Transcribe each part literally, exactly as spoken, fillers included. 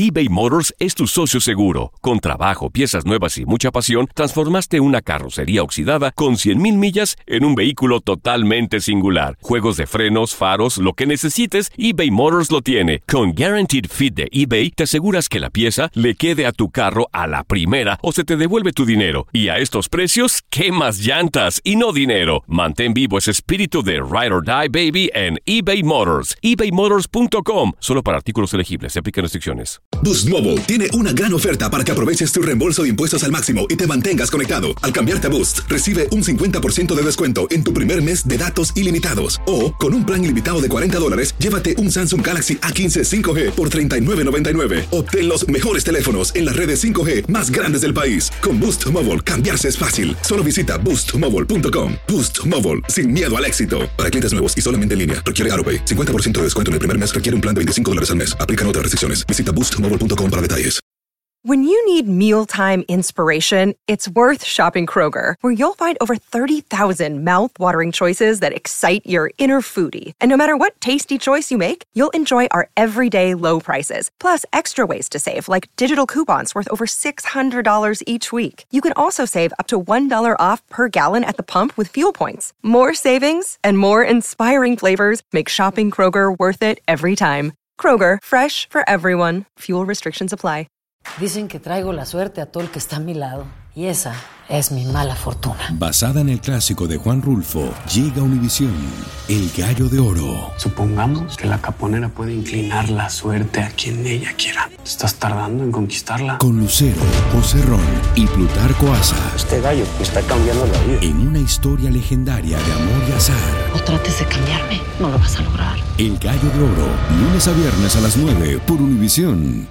eBay Motors es tu socio seguro. Con trabajo, piezas nuevas y mucha pasión, transformaste una carrocería oxidada con cien mil millas en un vehículo totalmente singular. Juegos de frenos, faros, lo que necesites, eBay Motors lo tiene. Con Guaranteed Fit de eBay, te aseguras que la pieza le quede a tu carro a la primera o se te devuelve tu dinero. Y a estos precios, ¿qué más llantas y no dinero? Mantén vivo ese espíritu de Ride or Die, baby, en eBay Motors. ebay motors punto com. Solo para artículos elegibles. Se aplican restricciones. Boost Mobile tiene una gran oferta para que aproveches tu reembolso de impuestos al máximo y te mantengas conectado. Al cambiarte a Boost, recibe un cincuenta por ciento de descuento en tu primer mes de datos ilimitados. O, con un plan ilimitado de cuarenta dólares, llévate un Samsung Galaxy A quince cinco G por treinta y nueve noventa y nueve. Obtén los mejores teléfonos en las redes cinco G más grandes del país. Con Boost Mobile, cambiarse es fácil. Solo visita boost mobile punto com. Boost Mobile, sin miedo al éxito. Para clientes nuevos y solamente en línea, requiere AutoPay. cincuenta por ciento de descuento en el primer mes requiere un plan de veinticinco dólares al mes. Aplican otras restricciones. Visita boost mobile punto com para detalles. When you need mealtime inspiration, it's worth shopping Kroger, where you'll find over thirty thousand mouth-watering choices that excite your inner foodie. And no matter what tasty choice you make, you'll enjoy our everyday low prices, plus extra ways to save, like digital coupons worth over six hundred dollars each week. You can also save up to one dollar off per gallon at the pump with fuel points. More savings and more inspiring flavors make shopping Kroger worth it every time. Kroger, fresh for everyone. Fuel restrictions apply. Dicen que traigo la suerte a todo el que está a mi lado. Y esa es mi mala fortuna. Basada en el clásico de Juan Rulfo, llega a Univisión, El Gallo de Oro. Supongamos que la caponera puede inclinar la suerte a quien ella quiera. ¿Estás tardando en conquistarla? Con Lucero, José Ron y Plutarco Asa. Este gallo me está cambiando la vida. En una historia legendaria de amor y azar. No trates de cambiarme, no lo vas a lograr. El Gallo de Oro, lunes a viernes a las nueve por Univisión.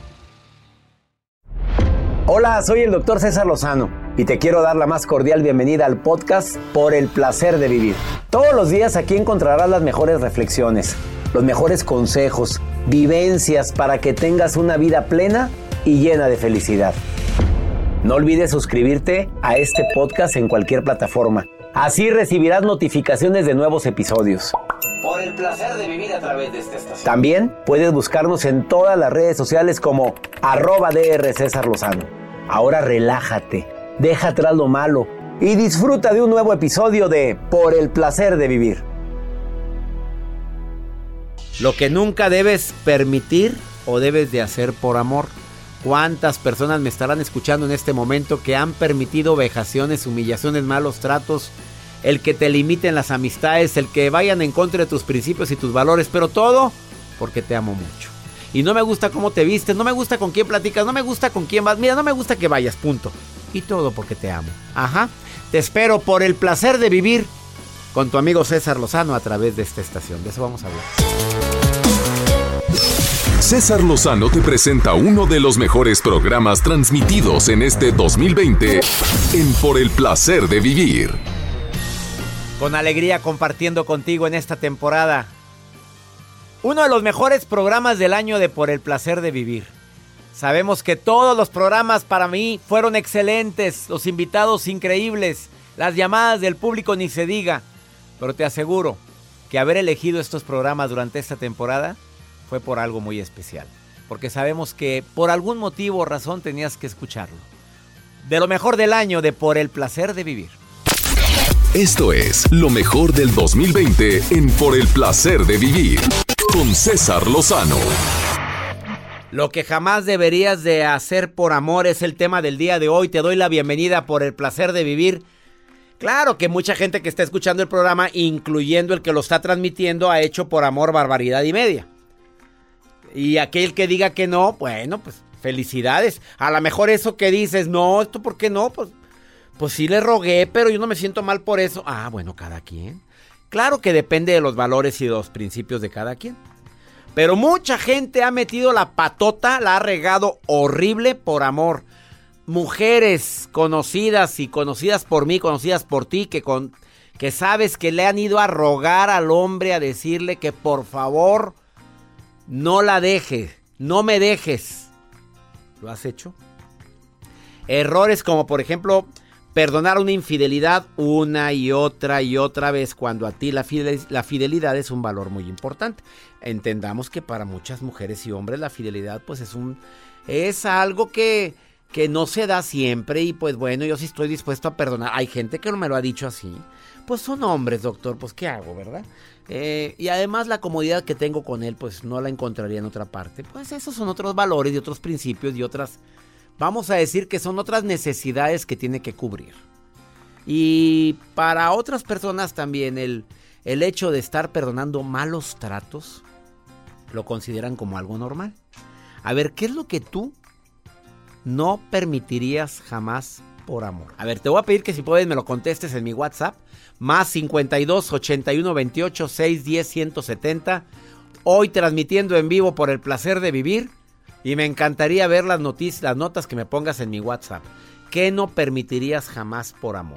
Hola, soy el doctor César Lozano y te quiero dar la más cordial bienvenida al podcast Por el Placer de Vivir. Todos los días aquí encontrarás las mejores reflexiones, los mejores consejos, vivencias para que tengas una vida plena y llena de felicidad. No olvides suscribirte a este podcast en cualquier plataforma. Así recibirás notificaciones de nuevos episodios. Por el placer de vivir a través de esta estación. También puedes buscarnos en todas las redes sociales como arroba DR César Lozano. Ahora relájate, deja atrás lo malo y disfruta de un nuevo episodio de Por el Placer de Vivir. Lo que nunca debes permitir o debes de hacer por amor. ¿Cuántas personas me estarán escuchando en este momento que han permitido vejaciones, humillaciones, malos tratos? El que te limiten las amistades, el que vayan en contra de tus principios y tus valores, pero todo porque te amo mucho. Y no me gusta cómo te vistes, no me gusta con quién platicas, no me gusta con quién vas, mira, no me gusta que vayas, punto. Y todo porque te amo. Ajá, te espero por el placer de vivir con tu amigo César Lozano a través de esta estación. De eso vamos a hablar. César Lozano te presenta uno de los mejores programas transmitidos en este dos mil veinte en Por el Placer de Vivir. Con alegría compartiendo contigo en esta temporada uno de los mejores programas del año de Por el Placer de Vivir. Sabemos que todos los programas para mí fueron excelentes, los invitados increíbles, las llamadas del público ni se diga, pero te aseguro que haber elegido estos programas durante esta temporada fue por algo muy especial, porque sabemos que por algún motivo o razón tenías que escucharlo. De lo mejor del año de Por el Placer de Vivir. Esto es lo mejor del dos mil veinte en Por el Placer de Vivir con César Lozano. Lo que jamás deberías de hacer por amor es el tema del día de hoy. Te doy la bienvenida Por el Placer de Vivir. Claro que mucha gente que está escuchando el programa, incluyendo el que lo está transmitiendo, ha hecho por amor barbaridad y media. Y aquel que diga que no, bueno, pues felicidades. A lo mejor eso que dices, no, ¿esto por qué no? Pues, pues sí le rogué, pero yo no me siento mal por eso. Ah, bueno, cada quien. Claro que depende de los valores y de los principios de cada quien. Pero mucha gente ha metido la patota, la ha regado horrible por amor. Mujeres conocidas y conocidas por mí, conocidas por ti, que, con, que sabes que le han ido a rogar al hombre, a decirle que por favor no la dejes, no me dejes. ¿Lo has hecho? Errores como por ejemplo perdonar una infidelidad una y otra y otra vez cuando a ti la fidelidad, la fidelidad es un valor muy importante. Entendamos que para muchas mujeres y hombres la fidelidad pues es un, es algo que, que no se da siempre y pues bueno, yo sí estoy dispuesto a perdonar. Hay gente que no me lo ha dicho así. Pues son hombres, doctor, pues ¿qué hago, verdad? Eh, y además la comodidad que tengo con él, pues no la encontraría en otra parte. Pues esos son otros valores y otros principios y otras, vamos a decir que son otras necesidades que tiene que cubrir. Y para otras personas también el, el hecho de estar perdonando malos tratos lo consideran como algo normal. A ver, ¿qué es lo que tú no permitirías jamás por amor? A ver, te voy a pedir que si puedes me lo contestes en mi WhatsApp. Más cincuenta y dos, ochenta y uno, veintiocho, seiscientos diez, ciento setenta. Hoy transmitiendo en vivo por el placer de vivir. Y me encantaría ver las noticias, las notas que me pongas en mi WhatsApp. ¿Qué no permitirías jamás por amor?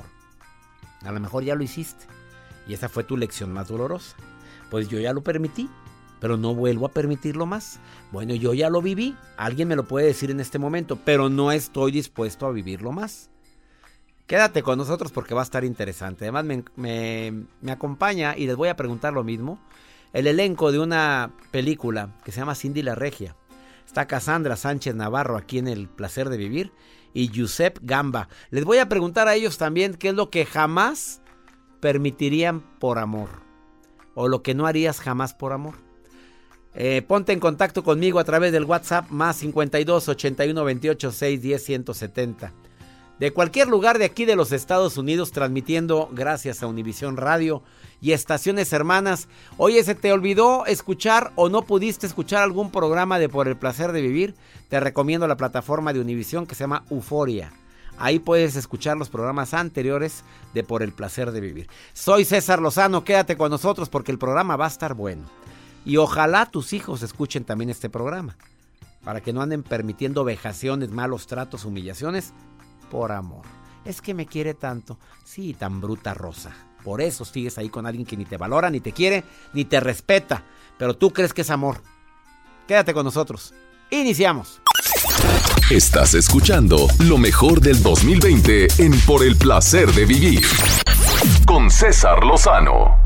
A lo mejor ya lo hiciste. Y esa fue tu lección más dolorosa. Pues yo ya lo permití, pero no vuelvo a permitirlo más. Bueno, yo ya lo viví. Alguien me lo puede decir en este momento, pero no estoy dispuesto a vivirlo más. Quédate con nosotros porque va a estar interesante. Además me, me, me acompaña y les voy a preguntar lo mismo. El elenco de una película que se llama Cindy la Regia. Está Cassandra Sánchez Navarro aquí en El Placer de Vivir y Giuseppe Gamba. Les voy a preguntar a ellos también qué es lo que jamás permitirían por amor o lo que no harías jamás por amor. Eh, ponte en contacto conmigo a través del WhatsApp más cincuenta y dos, ochenta y uno, veintiocho, seiscientos diez, ciento setenta. De cualquier lugar de aquí de los Estados Unidos, transmitiendo gracias a Univisión Radio y estaciones hermanas. Oye, ¿se te olvidó escuchar o no pudiste escuchar algún programa de Por el Placer de Vivir? Te recomiendo la plataforma de Univisión que se llama Euforia. Ahí puedes escuchar los programas anteriores de Por el Placer de Vivir. Soy César Lozano, quédate con nosotros porque el programa va a estar bueno. Y ojalá tus hijos escuchen también este programa, para que no anden permitiendo vejaciones, malos tratos, humillaciones, por amor. Es que me quiere tanto. Sí, tan bruta Rosa. Por eso sigues ahí con alguien que ni te valora, ni te quiere, ni te respeta. Pero tú crees que es amor. Quédate con nosotros. Iniciamos. Estás escuchando lo mejor del dos mil veinte en Por el Placer de Vivir. Con César Lozano.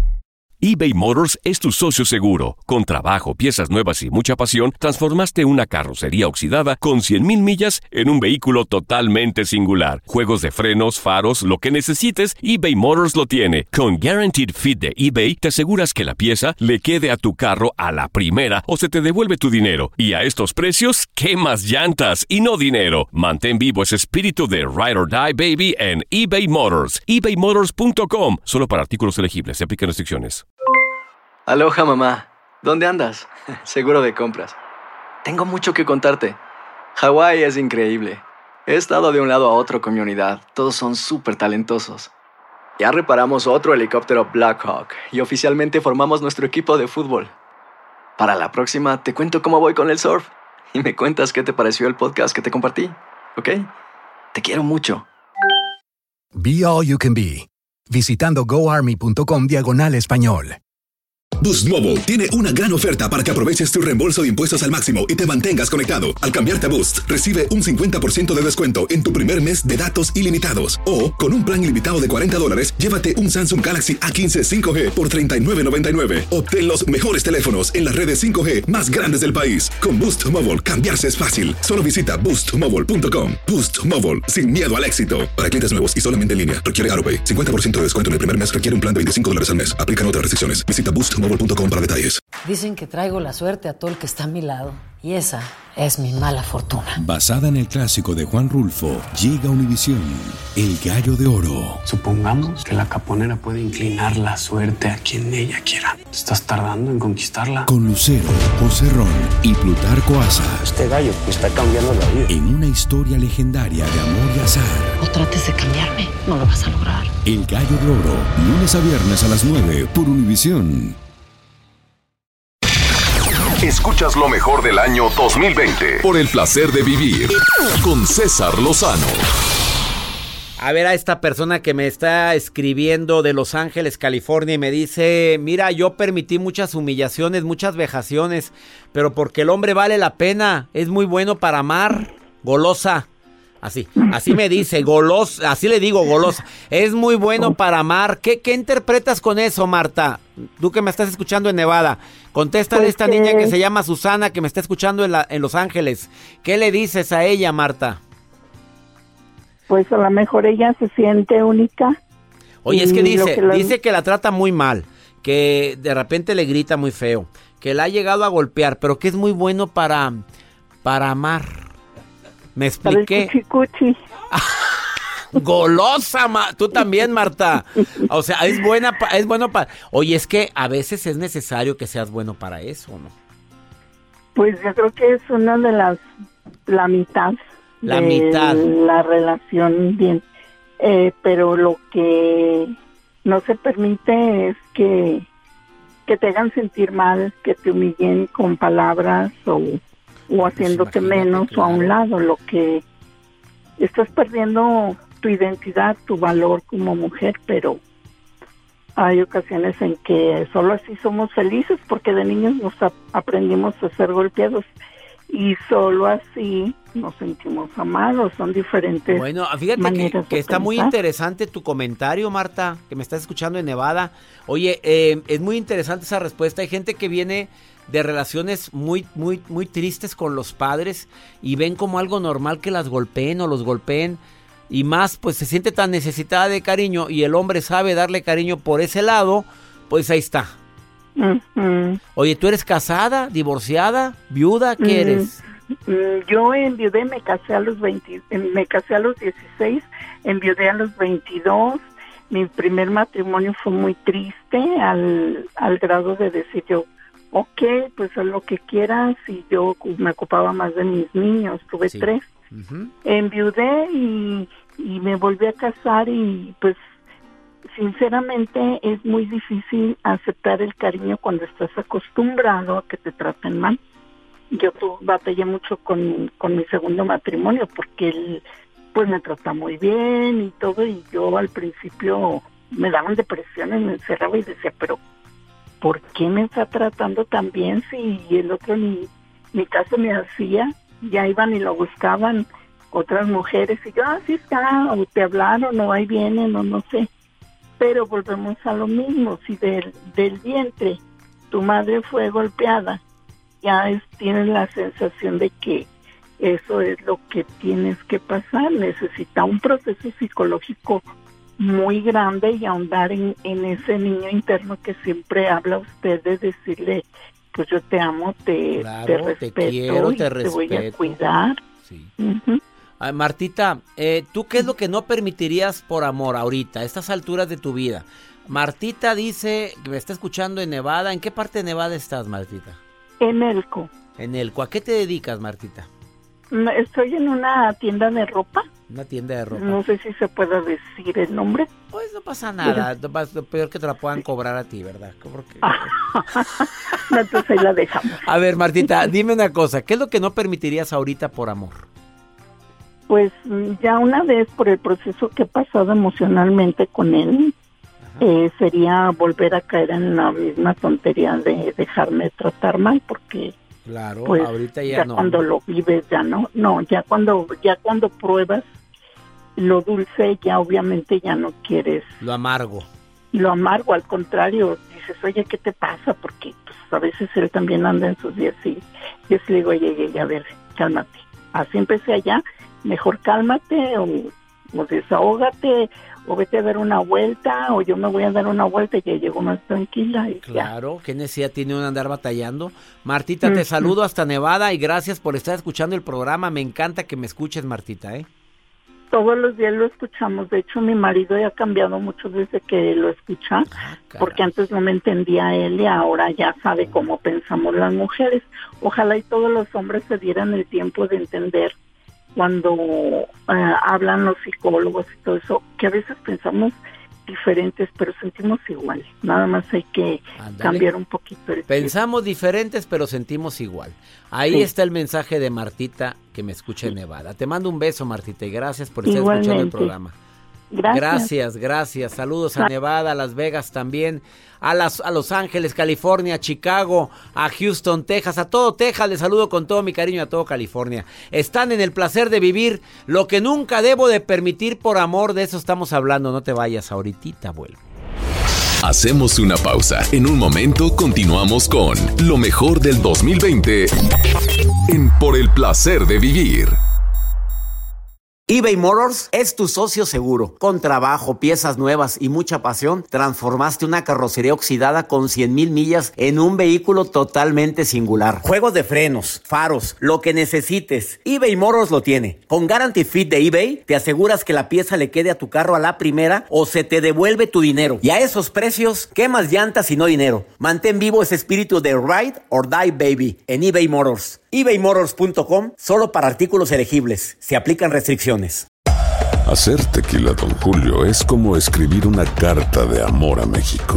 eBay Motors es tu socio seguro. Con trabajo, piezas nuevas y mucha pasión, transformaste una carrocería oxidada con cien mil millas en un vehículo totalmente singular. Juegos de frenos, faros, lo que necesites, eBay Motors lo tiene. Con Guaranteed Fit de eBay, te aseguras que la pieza le quede a tu carro a la primera o se te devuelve tu dinero. Y a estos precios, ¿qué más llantas y no dinero? Mantén vivo ese espíritu de Ride or Die, baby, en eBay Motors. ebay motors punto com. Solo para artículos elegibles. Se aplican restricciones. Aloha, mamá. ¿Dónde andas? Seguro de compras. Tengo mucho que contarte. Hawái es increíble. He estado de un lado a otro con mi unidad. Todos son súper talentosos. Ya reparamos otro helicóptero Blackhawk y oficialmente formamos nuestro equipo de fútbol. Para la próxima te cuento cómo voy con el surf y me cuentas qué te pareció el podcast que te compartí, ¿ok? Te quiero mucho. Be All You Can Be. Visitando goarmy.com diagonal español. Boost Mobile tiene una gran oferta para que aproveches tu reembolso de impuestos al máximo y te mantengas conectado. Al cambiarte a Boost, recibe un cincuenta por ciento de descuento en tu primer mes de datos ilimitados. O, con un plan ilimitado de cuarenta dólares, llévate un Samsung Galaxy A quince cinco G por treinta y nueve noventa y nueve. Obtén los mejores teléfonos en las redes cinco G más grandes del país. Con Boost Mobile, cambiarse es fácil. Solo visita boost mobile punto com. Boost Mobile, sin miedo al éxito. Para clientes nuevos y solamente en línea, requiere AutoPay. cincuenta por ciento de descuento en el primer mes requiere un plan de veinticinco dólares al mes. Aplican otras restricciones. Visita boost mobile punto com para detalles. Dicen que traigo la suerte a todo el que está a mi lado. Y esa es mi mala fortuna. Basada en el clásico de Juan Rulfo, llega Univisión, El Gallo de Oro. Supongamos que la caponera puede inclinar la suerte a quien ella quiera. ¿Estás tardando en conquistarla? Con Lucero, José Ron y Plutarco Asa. Este gallo me está cambiando la vida. En una historia legendaria de amor y azar. No trates de cambiarme, no lo vas a lograr. El Gallo de Oro, lunes a viernes a las nueve por Univisión. Escuchas lo mejor del año dos mil veinte por el placer de vivir con César Lozano. A ver a esta persona que me está escribiendo de Los Ángeles, California, y me dice, mira, yo permití muchas humillaciones, muchas vejaciones, pero porque el hombre vale la pena, es muy bueno para amar, golosa. Así, así me dice, golosa, así le digo, golosa. Es muy bueno para amar. ¿Qué, qué interpretas con eso, Marta? Tú que me estás escuchando en Nevada. Contéstale a esta Pues, niña eh, que se llama Susana, que me está escuchando en, la, en Los Ángeles. ¿Qué le dices a ella, Marta? Pues a lo mejor ella se siente única. Oye, es que Y lo dice, que la- dice que la trata muy mal, que de repente le grita muy feo, que la ha llegado a golpear, pero que es muy bueno para, para amar. ¿Me Para el expliqué? cuchicuchi. Golosa, ma- tú también, Marta. O sea, es buena, pa- es bueno para. Oye, es que a veces es necesario que seas bueno para eso, ¿no? Pues yo creo que es una de las, la mitad. La de mitad. La relación bien. Eh, pero lo que no se permite es que, que te hagan sentir mal, que te humillen con palabras o, o haciéndote menos o a un lado. Lo que estás perdiendo tu identidad, tu valor como mujer, pero hay ocasiones en que solo así somos felices porque de niños nos ap- aprendimos a ser golpeados y solo así nos sentimos amados. Son diferentes Bueno, fíjate que, maneras que de está muy pensar. interesante tu comentario, Marta, que me estás escuchando en Nevada. Oye, eh, es muy interesante esa respuesta. Hay gente que viene de relaciones muy, muy, muy tristes con los padres y ven como algo normal que las golpeen o los golpeen. Y más, pues se siente tan necesitada de cariño y el hombre sabe darle cariño por ese lado, pues ahí está. Ujú. Oye, ¿tú eres casada, divorciada, viuda? ¿Qué Mm, eres? mm, Yo enviudé, me casé a los veinte, eh, me casé a los dieciséis, enviudé a los veintidós. Mi primer matrimonio fue muy triste al, al grado de decir yo, ok, pues haz lo que quieras, y yo me ocupaba más de mis niños, tuve Sí. tres. Ujú. Enviudé y, y me volví a casar y pues sinceramente es muy difícil aceptar el cariño cuando estás acostumbrado a que te traten mal. Yo tu, batallé mucho con, con mi segundo matrimonio porque él pues me trata muy bien y todo, y yo al principio me daban depresiones, me encerraba y decía, pero ¿por qué me está tratando tan bien si el otro ni, ni caso me hacía? Ya iban y lo buscaban otras mujeres y yo, ah, sí está, o te hablaron, o ahí vienen, o no sé. Pero volvemos a lo mismo, si del, del vientre tu madre fue golpeada, ya es, tienes la sensación de que eso es lo que tienes que pasar. Necesita un proceso psicológico muy grande y ahondar en, en ese niño interno que siempre habla usted de decirle, pues yo te amo, te, Claro, te te respeto quiero, y te te voy a respeto. cuidar. Sí. Ujú. Ay, Martita, eh, ¿tú qué es lo que no permitirías por amor ahorita, a estas alturas de tu vida? Martita dice que me está escuchando en Nevada. ¿En qué parte de Nevada estás, Martita? En Elco. En Elco. ¿A qué te dedicas, Martita? Mm, Estoy en una tienda de ropa. Una tienda de ropa. No sé si se puede decir el nombre. Pues no pasa nada. Lo más- lo peor que te la puedan cobrar a ti, ¿verdad? Porque... No, entonces ahí la dejamos. A ver, Martita, dime una cosa. ¿Qué es lo que no permitirías ahorita por amor? Pues mm, ya una vez por el proceso que he pasado emocionalmente con él, eh, sería volver a caer en la misma tontería de dejarme tratar mal, porque Claro, pues ahorita ya, ya no. cuando lo vives ya no, no, ya cuando ya cuando pruebas lo dulce, ya obviamente ya no quieres Lo amargo. lo amargo, al contrario, dices, oye, ¿qué te pasa? Porque pues a veces él también anda en sus días y yo sí le digo, oye, oye, a ver, cálmate. Así empecé allá, mejor cálmate o, o desahógate o vete a dar una vuelta o yo me voy a dar una vuelta y ya llego más tranquila y ya. Claro, qué necesidad tiene uno de andar batallando. Martita, te Ujú. saludo hasta Nevada y gracias por estar escuchando el programa. Me encanta que me escuches, Martita, ¿eh? Todos los días lo escuchamos. De hecho, mi marido ya ha cambiado mucho desde que lo escucha, porque antes no me entendía él y ahora ya sabe cómo pensamos las mujeres. Ojalá y todos los hombres se dieran el tiempo de entender cuando eh, hablan los psicólogos y todo eso, que a veces pensamos diferentes, pero sentimos igual. Nada más hay que Ándale. cambiar un poquito el Pensamos diferentes, pero sentimos igual. Ahí Sí. está el mensaje de Martita que me escucha en Nevada. Te mando un beso, Martita, y gracias por estar escuchando el Igualmente. programa. Gracias. Gracias, gracias. Saludos a Nevada, a Las Vegas también, a, las, a Los Ángeles, California, a Chicago, a Houston, Texas, a todo Texas. Les saludo con todo mi cariño a todo California. Están en el placer de vivir lo que nunca debo de permitir por amor. De eso estamos hablando. No te vayas, ahorita vuelvo. Hacemos una pausa. En un momento continuamos con lo mejor del dos mil veinte en Por el placer de vivir. eBay Motors es tu socio seguro. Con trabajo, piezas nuevas y mucha pasión, transformaste una carrocería oxidada con cien mil millas en un vehículo totalmente singular. Juegos de frenos, faros, lo que necesites, eBay Motors lo tiene. Con Guarantee Fit de eBay, te aseguras que la pieza le quede a tu carro a la primera o se te devuelve tu dinero. Y a esos precios, ¿qué más llantas y no dinero? Mantén vivo ese espíritu de Ride or Die Baby en eBay Motors. ebay motors punto com, solo para artículos elegibles. Se aplican restricciones. Hacer tequila Don Julio es como escribir una carta de amor a México.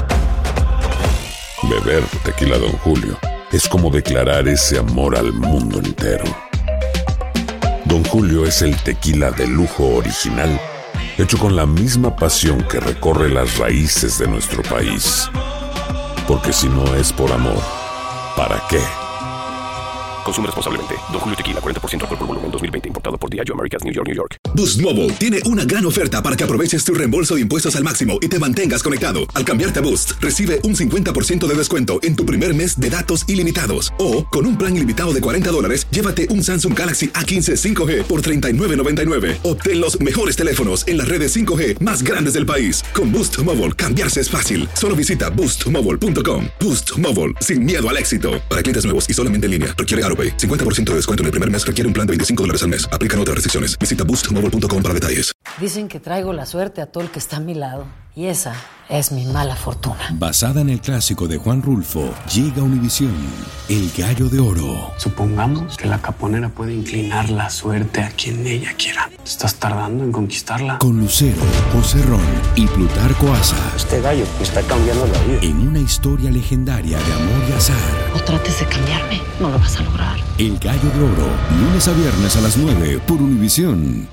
Beber tequila Don Julio es como declarar ese amor al mundo entero. Don Julio es el tequila de lujo original, hecho con la misma pasión que recorre las raíces de nuestro país. Porque si no es por amor, ¿para qué? Consume responsablemente. Don Julio Tequila, cuarenta por ciento alcohol por volumen, dos mil veinte. Importado por Diageo Americas, New York, New York. Boost Mobile tiene una gran oferta para que aproveches tu reembolso de impuestos al máximo y te mantengas conectado. Al cambiarte a Boost, recibe un cincuenta por ciento de descuento en tu primer mes de datos ilimitados. O, con un plan ilimitado de cuarenta dólares, llévate un Samsung Galaxy A quince cinco G por treinta y nueve noventa y nueve. Obtén los mejores teléfonos en las redes cinco G más grandes del país. Con Boost Mobile, cambiarse es fácil. Solo visita boost mobile punto com. Boost Mobile, sin miedo al éxito. Para clientes nuevos y solamente en línea, requiere AutoPay. cincuenta por ciento de descuento en el primer mes, requiere un plan de veinticinco dólares al mes. Aplican otras restricciones. Visita boost mobile punto com para detalles. Dicen que traigo la suerte a todo el que está a mi lado. Y esa es mi mala fortuna. Basada en el clásico de Juan Rulfo, llega Univisión, El Gallo de Oro. Supongamos que la caponera puede inclinar la suerte a quien ella quiera. ¿Estás tardando en conquistarla? Con Lucero, José Ron y Plutarco Asa. Este gallo que está cambiando la vida. En una historia legendaria de amor y azar. No trates de cambiarme, no lo vas a lograr. El Gallo de Oro, lunes a viernes a las nueve por Univisión.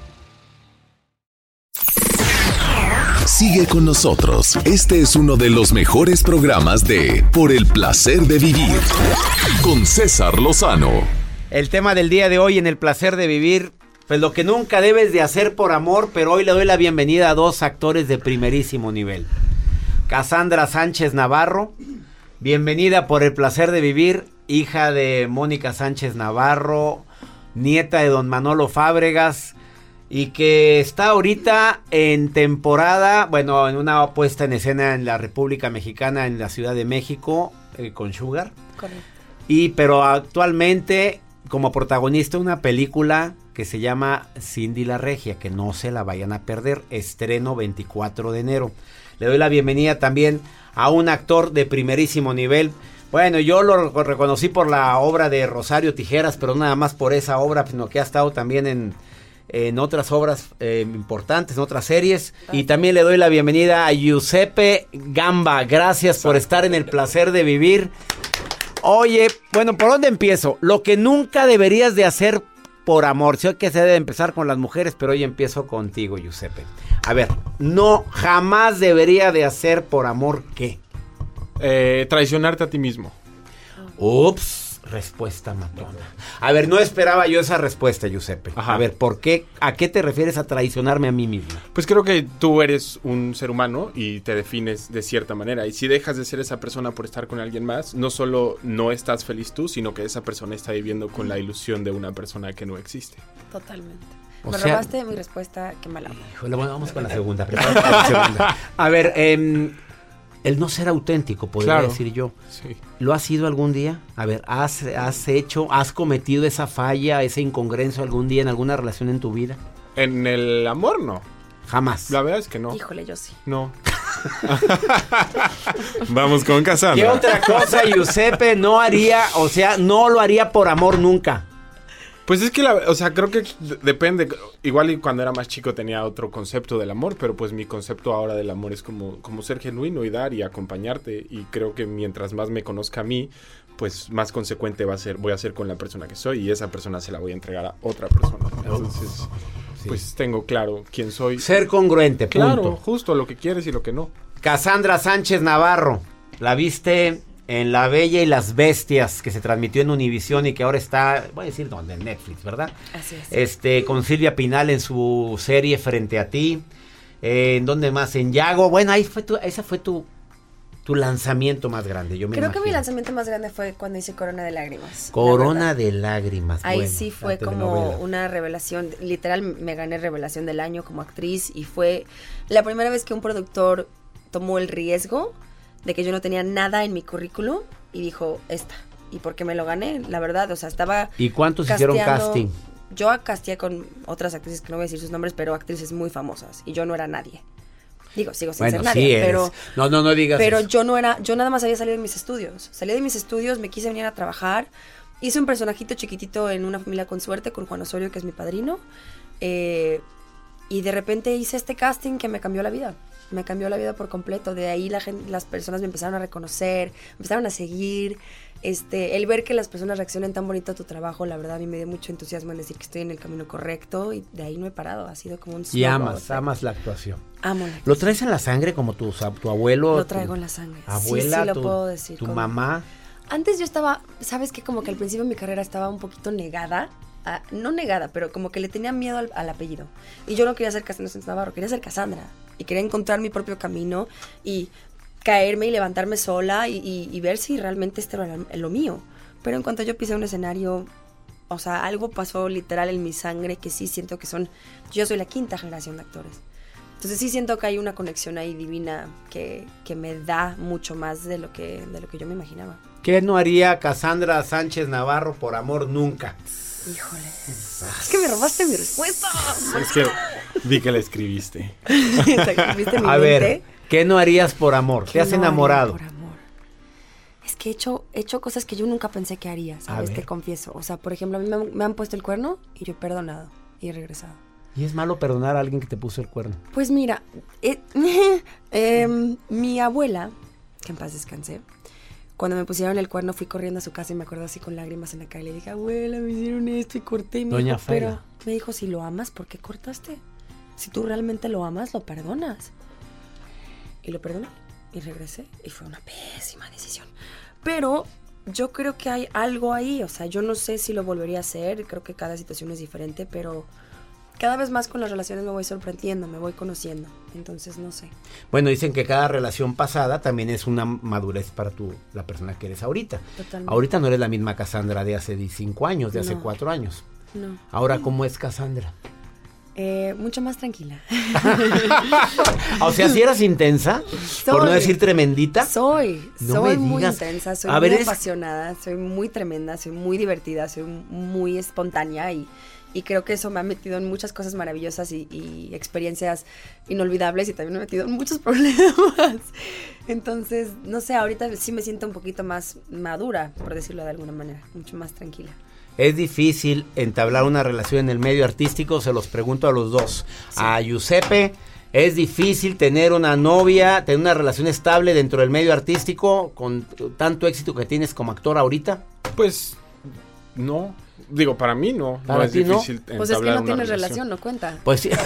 Sigue con nosotros. Este es uno de los mejores programas de Por el placer de vivir con César Lozano. El tema del día de hoy en el placer de vivir, pues lo que nunca debes de hacer por amor, pero hoy le doy la bienvenida a dos actores de primerísimo nivel. Cassandra Sánchez Navarro, bienvenida por el placer de vivir, hija de Mónica Sánchez Navarro, nieta de don Manolo Fábregas, y que está ahorita en temporada, bueno, en una puesta en escena en la República Mexicana, en la Ciudad de México, eh, con Sugar. Correcto. Y pero actualmente como protagonista de una película que se llama Cindy la Regia, que no se la vayan a perder, estreno veinticuatro de enero. Le doy la bienvenida también a un actor de primerísimo nivel. Bueno, yo lo reconocí por la obra de Rosario Tijeras, pero no nada más por esa obra, sino que ha estado también en... en otras obras eh, importantes, en otras series. Y también le doy la bienvenida a Giuseppe Gamba. Gracias por estar en el placer de vivir. Oye, bueno, ¿por dónde empiezo? Lo que nunca deberías de hacer por amor. Sé que se debe empezar con las mujeres, pero hoy empiezo contigo, Giuseppe. A ver, no, jamás debería de hacer por amor, ¿qué? Eh, traicionarte a ti mismo. Ups. Respuesta matona. A ver, no esperaba yo esa respuesta, Giuseppe. Ajá. A ver, ¿por qué? ¿A qué te refieres a traicionarme a mí mismo? Pues creo que tú eres un ser humano y te defines de cierta manera. Y si dejas de ser esa persona por estar con alguien más, no solo no estás feliz tú, sino que esa persona está viviendo con la ilusión de una persona que no existe. Totalmente. O Me sea, robaste mi respuesta, qué mala. Híjole, bueno, vamos con la segunda. Prepárate para la segunda. A ver, eh... el no ser auténtico, podría claro, decir yo. Sí. ¿Lo has sido algún día? A ver, ¿has, has hecho, has cometido esa falla, esa incongruencia algún día en alguna relación en tu vida? En el amor, no. Jamás. La verdad es que no. Híjole, yo sí. No. Vamos con Cassandra. ¿Qué otra cosa, Giuseppe, no haría, o sea, no lo haría por amor nunca? Pues es que, la, o sea, creo que depende. Igual y cuando era más chico tenía otro concepto del amor, pero pues mi concepto ahora del amor es como, como ser genuino y dar y acompañarte. Y creo que mientras más me conozca a mí, pues más consecuente va a ser, voy a ser con la persona que soy y esa persona se la voy a entregar a otra persona. Entonces, sí. pues tengo claro quién soy. Ser congruente, punto. Claro, justo lo que quieres y lo que no. Cassandra Sánchez Navarro, la viste en La Bella y las Bestias, que se transmitió en Univisión y que ahora está, voy a decir dónde, en Netflix, ¿verdad? Así es. Este, con Silvia Pinal en su serie Frente a ti. Eh, ¿En dónde más? En Yago. Bueno, ahí fue tu, ese fue tu, tu lanzamiento más grande, yo me Creo imagino. que mi lanzamiento más grande fue cuando hice Corona de Lágrimas. Corona de Lágrimas. Ahí bueno, sí fue como una revelación, literal me gané revelación del año como actriz y fue la primera vez que un productor tomó el riesgo de que yo no tenía nada en mi currículum y dijo, esta. ¿Y por qué me lo gané? La verdad, o sea, estaba ¿Y cuántos hicieron casting? Yo casteé con otras actrices que no voy a decir sus nombres, pero actrices muy famosas y yo no era nadie. Digo, sigo sin bueno, ser nadie, sí eres. pero no, no, no digas Pero eso. yo no era, yo nada más había salido de mis estudios. Salí de mis estudios, me quise venir a trabajar. Hice un personajito chiquitito en Una familia con suerte con Juan Osorio, que es mi padrino. Eh, y de repente hice este casting que me cambió la vida. Me cambió la vida por completo. De ahí la gente, las personas me empezaron a reconocer, me empezaron a seguir. Este, el ver que las personas reaccionen tan bonito a tu trabajo, la verdad a mí me dio mucho entusiasmo en decir que estoy en el camino correcto y de ahí no he parado. Ha sido como un Y amas, amas la actuación. Amo la ¿Lo actuación. traes en la sangre como tu, tu abuelo? Lo traigo tu en la sangre. Abuela, sí, sí, lo tu, puedo decir. tu con- mamá. Antes yo estaba, sabes que como que al principio de mi carrera estaba un poquito negada, a- no negada, pero como que le tenía miedo al, al apellido. Y yo no quería ser Cassandra Sánchez Navarro, quería ser Cassandra. Y quería encontrar mi propio camino y caerme y levantarme sola y, y, y ver si realmente esto era lo, lo mío. Pero en cuanto yo pisé un escenario, o sea, algo pasó literal en mi sangre que sí siento que son, yo soy la quinta generación de actores. Entonces sí siento que hay una conexión ahí divina que, que me da mucho más de lo que, de lo que yo me imaginaba. ¿Qué no haría Cassandra Sánchez Navarro por amor nunca? Híjole. Es que me robaste mi respuesta. Es que vi que la escribiste. ¿Viste mi A mente? ver, ¿qué no harías por amor? ¿Te ¿Qué has no haría enamorado? por amor? Es que he hecho, he hecho cosas que yo nunca pensé que haría, ¿sabes? ver. Te confieso. O sea, por ejemplo, a mí me han, me han puesto el cuerno y yo he perdonado y he regresado. ¿Y es malo perdonar a alguien que te puso el cuerno? Pues mira, eh, eh, mi abuela, que en paz descansé, cuando me pusieron el cuerno fui corriendo a su casa y me acuerdo así con lágrimas en la cara y le dije, abuela, me hicieron esto y corté. Y me Doña dijo, pero Fela. me dijo, si lo amas, ¿por qué cortaste? Si tú realmente lo amas, lo perdonas. Y lo perdoné y regresé y fue una pésima decisión. Pero yo creo que hay algo ahí, o sea, yo no sé si lo volvería a hacer, creo que cada situación es diferente, pero cada vez más con las relaciones me voy sorprendiendo, me voy conociendo, entonces no sé. Bueno, dicen que cada relación pasada también es una madurez para tu, la persona que eres ahorita. Totalmente. Ahorita no eres la misma Cassandra de hace cinco años, de hace No. cuatro años. No. Ahora, ¿cómo es Cassandra? Eh, mucho más tranquila. O sea, si eras intensa, por no Soy. decir tremendita. Soy, No soy me muy digas. intensa, soy A muy ver, eres- apasionada, soy muy tremenda, soy muy divertida, soy muy espontánea y, y creo que eso me ha metido en muchas cosas maravillosas y, y experiencias inolvidables y también me ha metido en muchos problemas. Entonces, no sé, ahorita sí me siento un poquito más madura, por decirlo de alguna manera, mucho más tranquila. Es difícil entablar una relación en el medio artístico, se los pregunto a los dos. A Giuseppe, ¿es difícil tener una novia, tener una relación estable dentro del medio artístico con tanto éxito que tienes como actor ahorita? Pues no, digo, para mí no, ¿Para no es ti no? difícil Pues es que entablar no una tienes relación, no cuenta. Pues sí.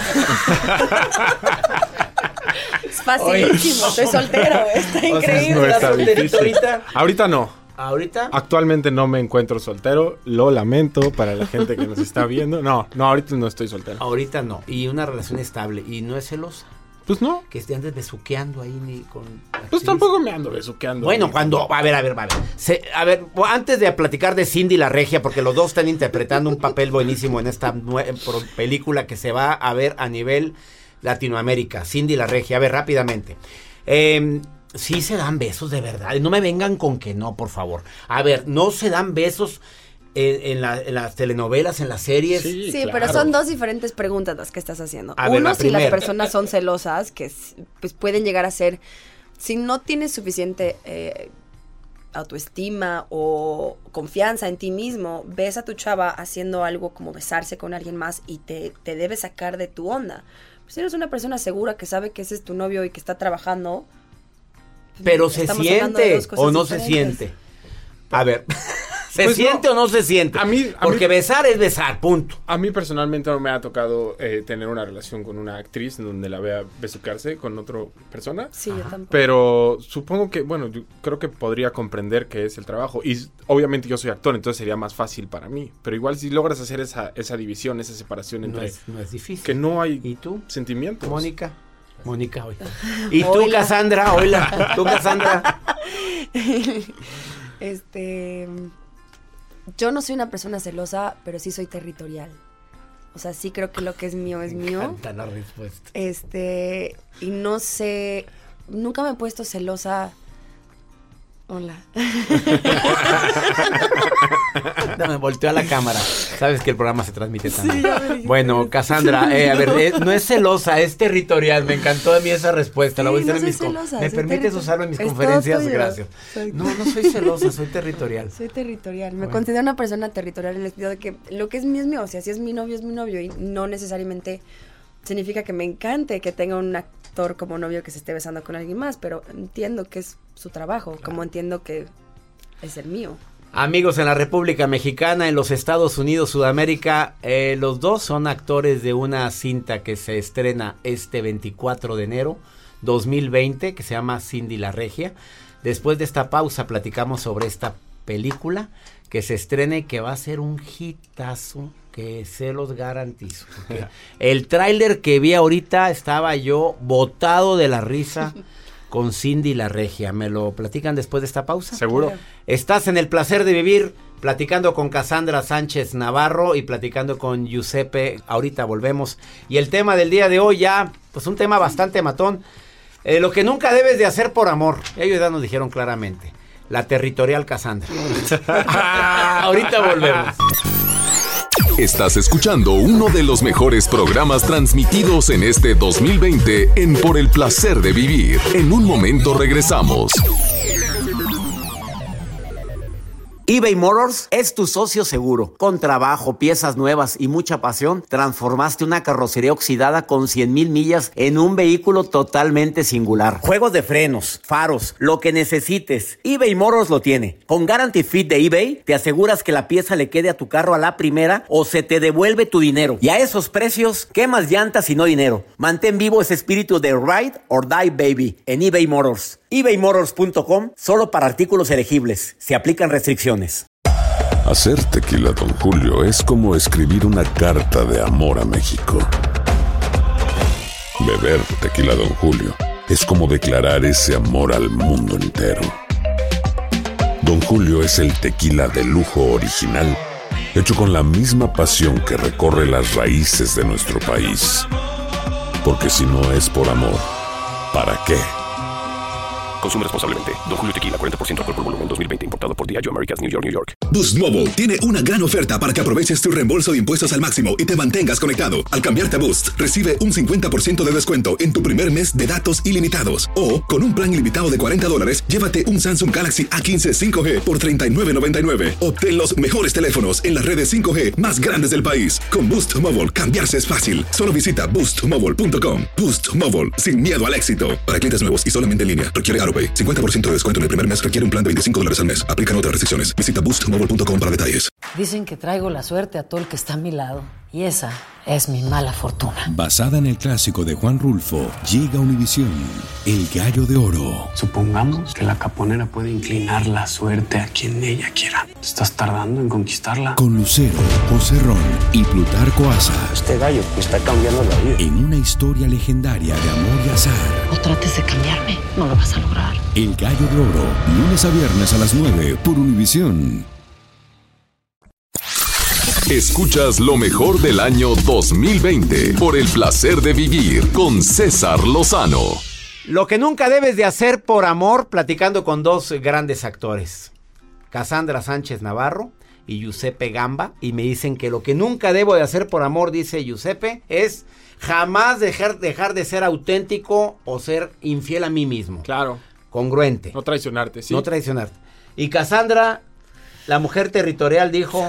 Es facilísimo, estoy soltero, está O sea, increíble. no está solterito difícil. ahorita? Ahorita no. ¿Ahorita? Actualmente no me encuentro soltero, lo lamento para la gente que nos está viendo. No, no, ahorita no estoy soltero. Ahorita no. Y una relación estable. ¿Y no es celosa? Pues no. Que esté antes besuqueando ahí ni con... Pues actriz. tampoco me ando besuqueando. Bueno, cuando... A ver, a ver, a ver. Se- a ver, antes de platicar de Cindy la Regia, porque los dos están interpretando un papel buenísimo en esta nue- pro- película que se va a ver a nivel Latinoamérica. Cindy la Regia. A ver, rápidamente. Eh, sí se dan besos, de verdad. No me vengan con que no, por favor. A ver, no se dan besos en, en, la- en las telenovelas, en las series. Sí, Sí, claro. pero son dos diferentes preguntas las que estás haciendo. A ver, Uno, la si las primera. personas son celosas, que s- pues pueden llegar a ser, si no tienes suficiente eh, autoestima o confianza en ti mismo, ves a tu chava haciendo algo como besarse con alguien más y te, te debe sacar de tu onda. Pues si eres una persona segura que sabe que ese es tu novio y que está trabajando. pues, Pero se estamos hablando de siente dos cosas o no se diferentes. siente. A ver, ¿Se Pues siente no. o no se siente? A mí, a Porque mí- besar es besar, punto. A mí personalmente no me ha tocado eh, tener una relación con una actriz en donde la vea besucarse con otra persona. Sí, yo tampoco. Pero supongo que, bueno, yo creo que podría comprender que es el trabajo. Y s- obviamente yo soy actor, entonces sería más fácil para mí. Pero igual si logras hacer esa, esa división, esa separación No entre... es, no es difícil. Que no hay ¿Y tú? sentimientos. Mónica. Mónica, hoy. ¿Y tú, Hola. Cassandra? Hola. ¿Tú, Cassandra? Este, yo no soy una persona celosa, pero sí soy territorial. O sea, sí creo que lo que es mío es Me mío. encanta la respuesta. Este, y no sé, nunca me he puesto celosa. Hola. Me volteó a la cámara. Sabes que el programa se transmite también. Sí, ya me dijiste. Bueno, Cassandra, eh, a ver, eh, no es celosa, es territorial. Me encantó a mí esa respuesta. la voy a Sí, hacer no en soy mis con- celosa, ¿Me soy permites territorial. usarlo en mis Es todo conferencias? tuyo. Gracias. Soy- No, no soy celosa, soy territorial. Soy territorial. Me Bueno. considero una persona territorial en el sentido de que lo que es mío es mío. O sea, si es mi novio, es mi novio. Y no necesariamente significa que me encante que tenga un actor como novio que se esté besando con alguien más. Pero entiendo que es su trabajo. Como entiendo que es el mío. Amigos en la República Mexicana, en los Estados Unidos, Sudamérica, eh, los dos son actores de una cinta que se estrena este veinticuatro de enero dos mil veinte, que se llama Cindy la Regia. Después de esta pausa platicamos sobre esta película que se estrena y que va a ser un hitazo, que se los garantizo. Porque el tráiler que vi ahorita estaba yo botado de la risa con Cindy la Regia. ¿Me lo platican después de esta pausa? Seguro. Estás en el placer de vivir, platicando con Cassandra Sánchez Navarro y platicando con Giuseppe. Ahorita volvemos. Y el tema del día de hoy ya, pues un tema bastante matón. Eh, lo que nunca debes de hacer por amor. Ellos ya nos dijeron claramente. La territorial Cassandra. Ah, ahorita volvemos. Estás escuchando uno de los mejores programas transmitidos en este dos mil veinte en Por el Placer de Vivir. En un momento regresamos. eBay Motors es tu socio seguro. Con trabajo, piezas nuevas y mucha pasión, transformaste una carrocería oxidada con cien mil millas en un vehículo totalmente singular. Juegos de frenos, faros, lo que necesites, eBay Motors lo tiene. Con Guarantee Fit de eBay, te aseguras que la pieza le quede a tu carro a la primera o se te devuelve tu dinero. Y a esos precios, ¿qué más llantas y no dinero? Mantén vivo ese espíritu de Ride or Die Baby en eBay Motors. ebay motors punto com, solo para artículos elegibles. Se aplican restricciones. Hacer tequila Don Julio es como escribir una carta de amor a México. Beber tequila Don Julio es como declarar ese amor al mundo entero. Don Julio es el tequila de lujo original, hecho con la misma pasión que recorre las raíces de nuestro país. Porque si no es por amor, ¿para qué? Consume responsablemente. Don Julio Tequila, cuarenta por ciento alcohol por volumen, dos mil veinte. Importado por Diageo Americas, New York, New York. Boost Mobile tiene una gran oferta para que aproveches tu reembolso de impuestos al máximo y te mantengas conectado. Al cambiarte a Boost, recibe un cincuenta por ciento de descuento en tu primer mes de datos ilimitados. O, con un plan ilimitado de cuarenta dólares, llévate un Samsung Galaxy A quince cinco G por treinta y nueve noventa y nueve. Obtén los mejores teléfonos en las redes cinco G más grandes del país. Con Boost Mobile, cambiarse es fácil. Solo visita boost mobile punto com. Boost Mobile, sin miedo al éxito. Para clientes nuevos y solamente en línea, requiere AutoPay. cincuenta por ciento de descuento en el primer mes requiere un plan de veinticinco dólares al mes. Aplican otras restricciones. Visita boost mobile punto com para detalles. Dicen que traigo la suerte a todo el que está a mi lado. Y esa es mi mala fortuna. Basada en el clásico de Juan Rulfo, llega Univisión, El Gallo de Oro. Supongamos que la caponera puede inclinar la suerte a quien ella quiera. ¿Te estás tardando en conquistarla? Con Lucero, José Ron y Plutarco Asa. Este gallo me está cambiando la vida. En una historia legendaria de amor y azar. No trates de cambiarme, no lo vas a lograr. El Gallo de Oro, lunes a viernes a las nueve por Univisión. Escuchas lo mejor del año dos mil veinte por el placer de vivir con César Lozano. Lo que nunca debes de hacer por amor, platicando con dos grandes actores, Cassandra Sánchez Navarro y Giuseppe Gamba, y me dicen que lo que nunca debo de hacer por amor, dice Giuseppe, es jamás dejar, dejar de ser auténtico o ser infiel a mí mismo. Claro. Congruente. No traicionarte, sí. No traicionarte. Y Cassandra, la mujer territorial, dijo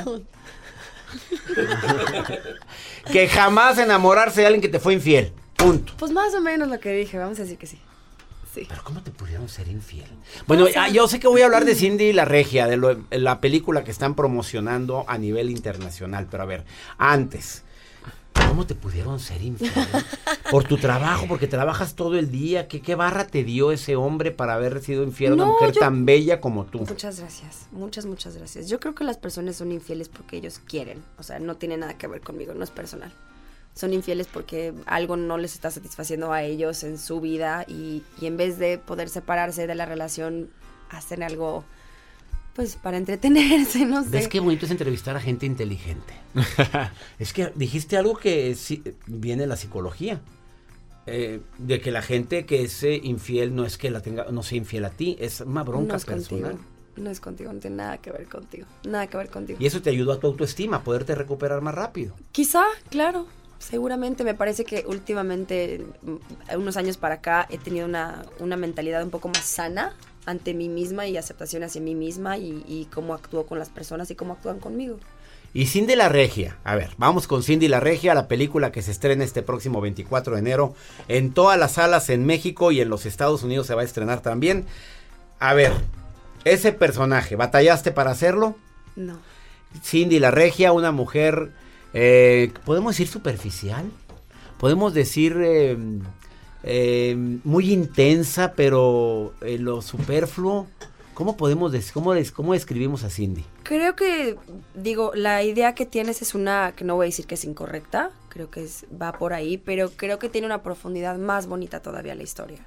que jamás enamorarse de alguien que te fue infiel. Punto. Pues más o menos lo que dije, vamos a decir que sí. Sí. Pero ¿cómo te pudieron ser infiel? Bueno, ya, yo sé que voy a hablar de Cindy la Regia, de lo, la película que están promocionando a nivel internacional. Pero a ver, antes, ¿cómo te pudieron ser infiel? Por tu trabajo, porque trabajas todo el día. ¿Qué, qué barra te dio ese hombre para haber sido infiel a una No, mujer yo- tan bella como tú? Muchas gracias, muchas, muchas gracias. Yo creo que las personas son infieles porque ellos quieren, o sea, no tiene nada que ver conmigo, no es personal. Son infieles porque algo no les está satisfaciendo a ellos en su vida y, y en vez de poder separarse de la relación, hacen algo, pues, para entretenerse, no sé. ¿Ves qué bonito es entrevistar a gente inteligente? Es que dijiste algo que sí, viene la psicología. Eh, de que la gente que es eh, infiel no es que la tenga, no sea infiel a ti, es una bronca No es personal. contigo, no es contigo, no tiene nada que ver contigo, nada que ver contigo. Y eso te ayudó a tu autoestima, a poderte recuperar más rápido. Quizá, claro, seguramente. Me parece que últimamente, mm, unos años para acá, he tenido una, una mentalidad un poco más sana ante mí misma y aceptación hacia mí misma y, y cómo actúo con las personas y cómo actúan conmigo. Y Cindy la Regia, a ver, vamos con Cindy la Regia, la película que se estrena este próximo veinticuatro de enero en todas las salas en México y en los Estados Unidos se va a estrenar también. A ver, ese personaje, ¿batallaste para hacerlo? No. Cindy la Regia, una mujer, eh, ¿podemos decir superficial? ¿Podemos decir eh, eh, muy intensa, pero eh, lo superfluo? ¿Cómo podemos decir, cómo, des, cómo describimos a Cindy? Creo que, digo, la idea que tienes es una, que no voy a decir que es incorrecta, creo que es, va por ahí, pero creo que tiene una profundidad más bonita todavía la historia.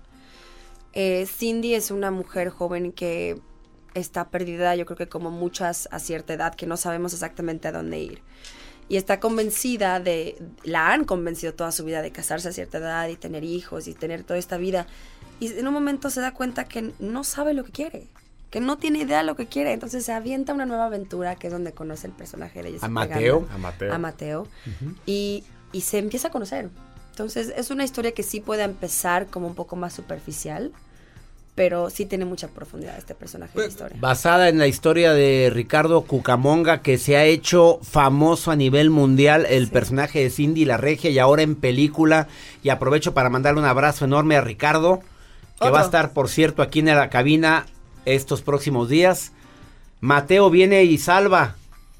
Eh, Cindy es una mujer joven que está perdida, yo creo que como muchas a cierta edad, que no sabemos exactamente a dónde ir. Y está convencida de, la han convencido toda su vida de casarse a cierta edad y tener hijos y tener toda esta vida. Y en un momento se da cuenta que no sabe lo que quiere, que no tiene idea de lo que quiere. Entonces se avienta una nueva aventura, que es donde conoce el personaje de Jessica A Mateo. Gamba, A Mateo. A Mateo. Uh-huh. Y, y se empieza a conocer. Entonces es una historia que sí puede empezar como un poco más superficial, pero sí tiene mucha profundidad este personaje de la historia. Basada en la historia de Ricardo Cucamonga, que se ha hecho famoso a nivel mundial, el sí. personaje de Cindy la Regia, y ahora en película. Y aprovecho para mandarle un abrazo enorme a Ricardo, que Otro. va a estar, por cierto, aquí en la cabina estos próximos días. Mateo viene y salva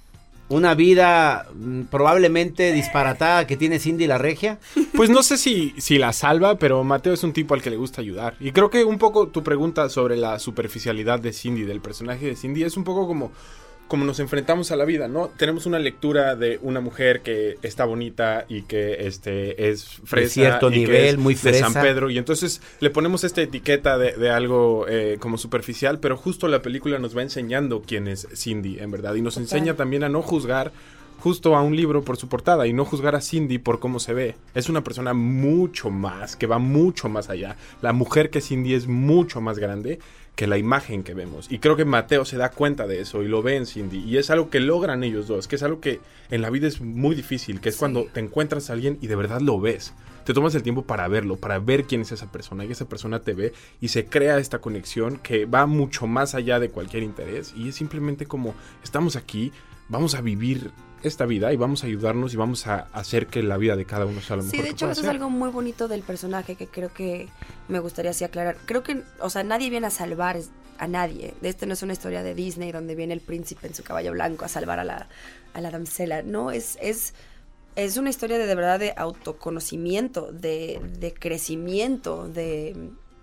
una vida mm, probablemente disparatada que tiene Cindy la Regia. Pues no sé si, si la salva, pero Mateo es un tipo al que le gusta ayudar. Y creo que un poco tu pregunta sobre la superficialidad de Cindy, del personaje de Cindy, es un poco como, como nos enfrentamos a la vida, ¿no? Tenemos una lectura de una mujer que está bonita y que este es fresa. De cierto y nivel, que es muy de fresa. San Pedro. Y entonces le ponemos esta etiqueta de, de algo eh, como superficial, pero justo la película nos va enseñando quién es Cindy, en verdad. Y nos enseña también a no juzgar justo a un libro por su portada y no juzgar a Cindy por cómo se ve. Es una persona mucho más, que va mucho más allá. La mujer que Cindy es mucho más grande que la imagen que vemos. Y creo que Mateo se da cuenta de eso y lo ve en Cindy. Y es algo que logran ellos dos, que es algo que en la vida es muy difícil, que es sí. cuando te encuentras a alguien y de verdad lo ves. Te tomas el tiempo para verlo, para ver quién es esa persona, y esa persona te ve y se crea esta conexión que va mucho más allá de cualquier interés. Y es simplemente como, estamos aquí, vamos a vivir esta vida y vamos a ayudarnos y vamos a hacer que la vida de cada uno sea lo mejor. Sí, de que hecho pueda eso ser. es algo muy bonito del personaje que creo que me gustaría así aclarar. Creo que, o sea, nadie viene a salvar a nadie. Esto no es una historia de Disney donde viene el príncipe en su caballo blanco a salvar a la, a la damisela. No, es, es, es una historia de, de verdad de autoconocimiento, de, de crecimiento, de...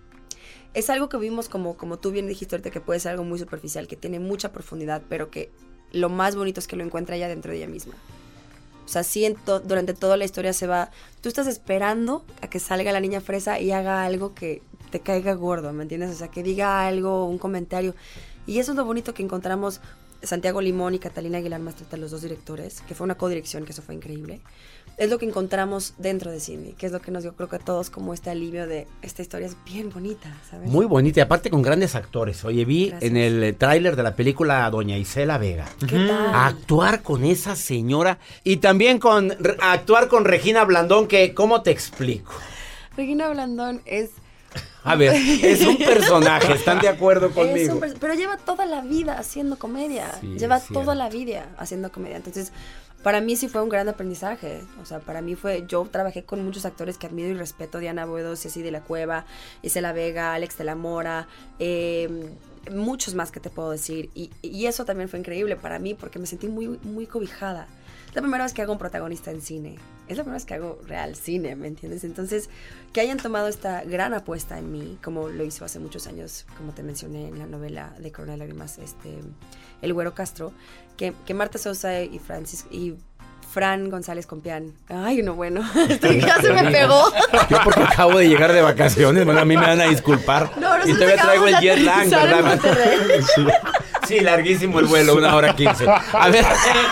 Es algo que vimos como, como tú bien dijiste ahorita, que puede ser algo muy superficial, que tiene mucha profundidad, pero que lo más bonito es que lo encuentra ella dentro de ella misma. O sea, sí, en to- durante toda la historia se va... Tú estás esperando a que salga la niña fresa y haga algo que te caiga gordo, ¿me entiendes? O sea, que diga algo, un comentario. Y eso es lo bonito que encontramos Santiago Limón y Catalina Aguilar Mastreta, los dos directores, que fue una codirección, que eso fue increíble. Es lo que encontramos dentro de Cindy, que es lo que nos dio, creo que a todos, como este alivio de esta historia es bien bonita, ¿sabes? Muy bonita, y aparte con grandes actores. Oye, vi Gracias. en el eh, tráiler de la película a doña Isela Vega. ¿Qué tal? Actuar con esa señora y también con re- actuar con Regina Blandón, que ¿cómo te explico? Regina Blandón es... A ver, es un personaje, ¿están de acuerdo Es conmigo? un pers- pero lleva toda la vida haciendo comedia. Sí, lleva es cierto. toda la vida haciendo comedia. Entonces, para mí sí fue un gran aprendizaje. O sea, para mí fue, yo trabajé con muchos actores que admiro y respeto, Diana Boedo, Ceci de la Cueva, Isela Vega, Alex de la Mora, eh, muchos más que te puedo decir. Y, y eso también fue increíble para mí porque me sentí muy, muy cobijada. Es la primera vez que hago un protagonista en cine. Es la primera vez que hago real cine, ¿me entiendes? Entonces, que hayan tomado esta gran apuesta en mí, como lo hizo hace muchos años, como te mencioné en la novela de Corona de Lágrimas, este, El Güero Castro, que, que Marta Sosa y Francis y Fran González Compián. Ay, no, bueno, ya se me pegó. Yo porque acabo de llegar de vacaciones, bueno, a mí me van a disculpar. No, y todavía traigo el jet lag, ¿verdad? Sí. Sí, larguísimo el vuelo, una hora quince. A ver.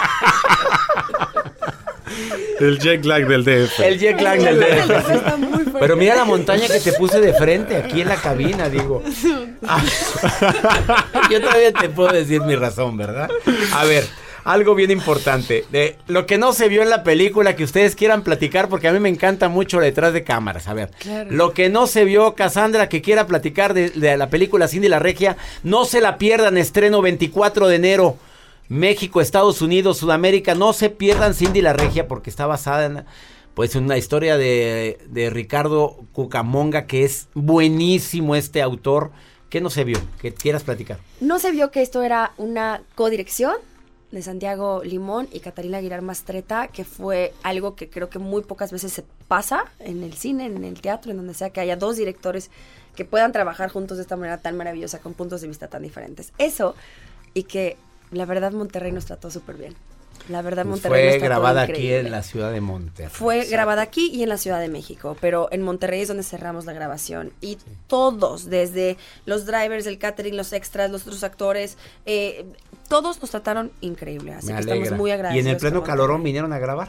El jet lag del D F. El jet lag del D F. Sí. Pero mira la montaña que te puse de frente aquí en la cabina, digo. Ah. Yo todavía te puedo decir mi razón, ¿verdad? A ver, algo bien importante. De lo que no se vio en la película que ustedes quieran platicar, porque a mí me encanta mucho detrás de cámaras. A ver, claro. Lo que no se vio, Cassandra, que quiera platicar de, de la película Cindy la Regia, no se la pierdan, estreno veinticuatro de enero. México, Estados Unidos, Sudamérica, no se pierdan Cindy la Regia porque está basada en, pues, en una historia de, de Ricardo Cucamonga, que es buenísimo este autor. ¿Qué no se vio? ¿Qué quieras platicar? No se vio que esto era una codirección de Santiago Limón y Catalina Aguilar Mastretta, que fue algo que creo que muy pocas veces se pasa en el cine, en el teatro, en donde sea que haya dos directores que puedan trabajar juntos de esta manera tan maravillosa, con puntos de vista tan diferentes. Eso, y que la verdad Monterrey nos trató súper bien. La verdad Monterrey fue grabada aquí en la ciudad de Monterrey. Fue Exacto. grabada aquí y en la Ciudad de México, pero en Monterrey es donde cerramos la grabación. Y sí. todos, desde los drivers, el catering, los extras, los otros actores, eh, todos nos trataron increíble. Así Me que alegra. estamos muy agradecidos. ¿Y en el pleno calorón vinieron a grabar?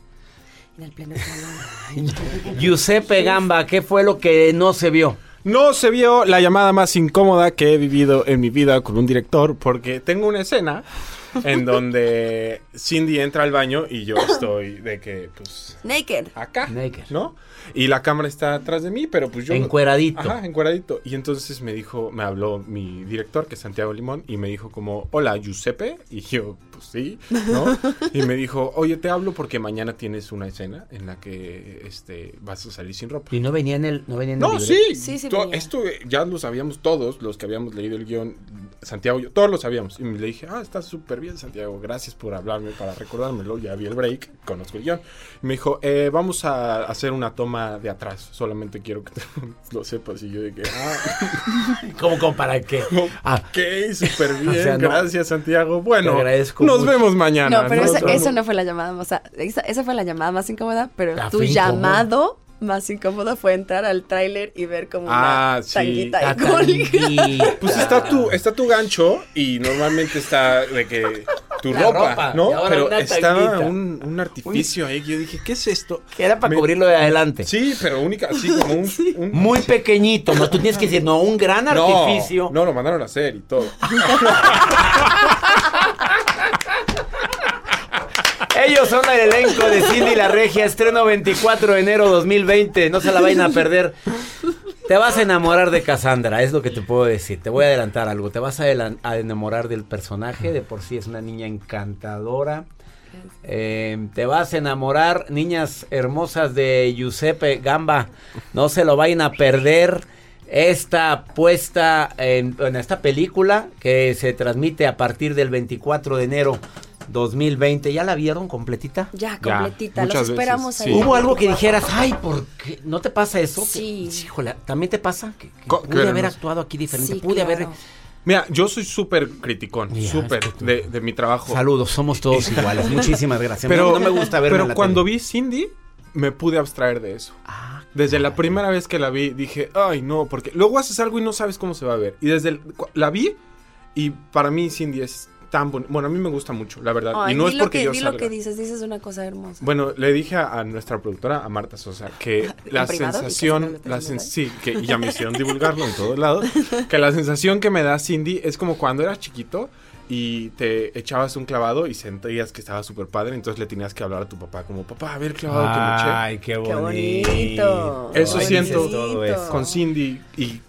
En el pleno calorón. Giuseppe Gamba, ¿qué fue lo que no se vio? No se vio la llamada más incómoda que he vivido en mi vida con un director, porque tengo una escena en donde Cindy entra al baño y yo estoy de que, pues... Naked. Acá, Naked. ¿no? Y la cámara está atrás de mí, pero pues yo... Encueradito. Ajá, encueradito. Y entonces me dijo, me habló mi director, que es Santiago Limón, y me dijo como, hola, Giuseppe. Y yo, pues sí, ¿no? Y me dijo, oye, te hablo porque mañana tienes una escena en la que este vas a salir sin ropa. ¿Y no venía en el No, venía en no el sí. Sí, sí to- venía. Esto ya lo sabíamos todos, los que habíamos leído el guión, Santiago y yo, todos lo sabíamos. Y le dije, ah, está súper bien, Santiago, gracias por hablarme, para recordármelo. Ya vi el break, conozco el guión. Y me dijo, eh, vamos a hacer una toma de atrás, solamente quiero que lo sepas. Y yo dije, ah. ¿Cómo, cómo para qué? Ah. Ok, súper bien, o sea, no, gracias, Santiago. Bueno, nos mucho. vemos mañana. No, pero ¿no? esa, eso no fue la llamada, o sea, esa, esa fue la llamada más incómoda, pero La tu llamado más incómodo fue entrar al tráiler y ver como ah, una sí. tanguita icónica. Pues está tu, está tu gancho y normalmente está de que tu ropa, ropa, ¿no? Pero está un, un artificio ahí que yo dije, ¿qué es esto? Que era para Me... cubrirlo de adelante. Sí, pero única, así como un... Sí. un... Muy pequeñito, no, tú tienes que decir, no, un gran no, artificio. No, lo mandaron a hacer y todo. Ellos son el elenco de Cindy la Regia, estreno veinticuatro de enero dos mil veinte, no se la vayan a perder. Te vas a enamorar de Cassandra, es lo que te puedo decir. Te voy a adelantar algo, te vas a, elan- a enamorar del personaje, de por sí es una niña encantadora. Eh, te vas a enamorar, niñas hermosas, de Giuseppe Gamba, no se lo vayan a perder. Esta puesta en, en esta película que se transmite a partir del veinticuatro de enero dos mil veinte. ¿Ya la vieron completita? Ya, completita. Ya, Los esperamos veces, ahí. sí. ¿Hubo algo que dijeras, ay, ¿por qué? ¿No te pasa eso? Sí. Que, híjole, ¿también te pasa? Que, que Co- pude haber queremos. actuado aquí diferente, Sí, pude claro. haber... Mira, yo soy súper criticón, Ya, súper es que tú- de, de mi trabajo. Saludos, somos todos iguales. Muchísimas gracias. Pero, no, no me gusta verme pero en la cuando tele. vi Cindy, me pude abstraer de eso. Ah, Desde la primera vez que la vi, dije, ay, no, porque luego haces algo y no sabes cómo se va a ver. Y desde el, cu- la vi, y para mí Cindy es tan bonita. Bueno, a mí me gusta mucho, la verdad. Ay, y no di es lo porque que, yo di salga. lo que dices, dices una cosa hermosa. Bueno, le dije a, a nuestra productora, a Marta Sosa, que ¿En la privado? sensación, ¿Y que se lo la metes en sen- sí, que y ya me hicieron divulgarlo en todos lados, que la sensación que me da Cindy es como cuando eras chiquito y te echabas un clavado y sentías que estaba súper padre, entonces le tenías que hablar a tu papá, como, papá, a ver el clavado que me eché. Ay, qué Qué bonito. bonito. Eso Ay, siento dices todo eso. con Cindy y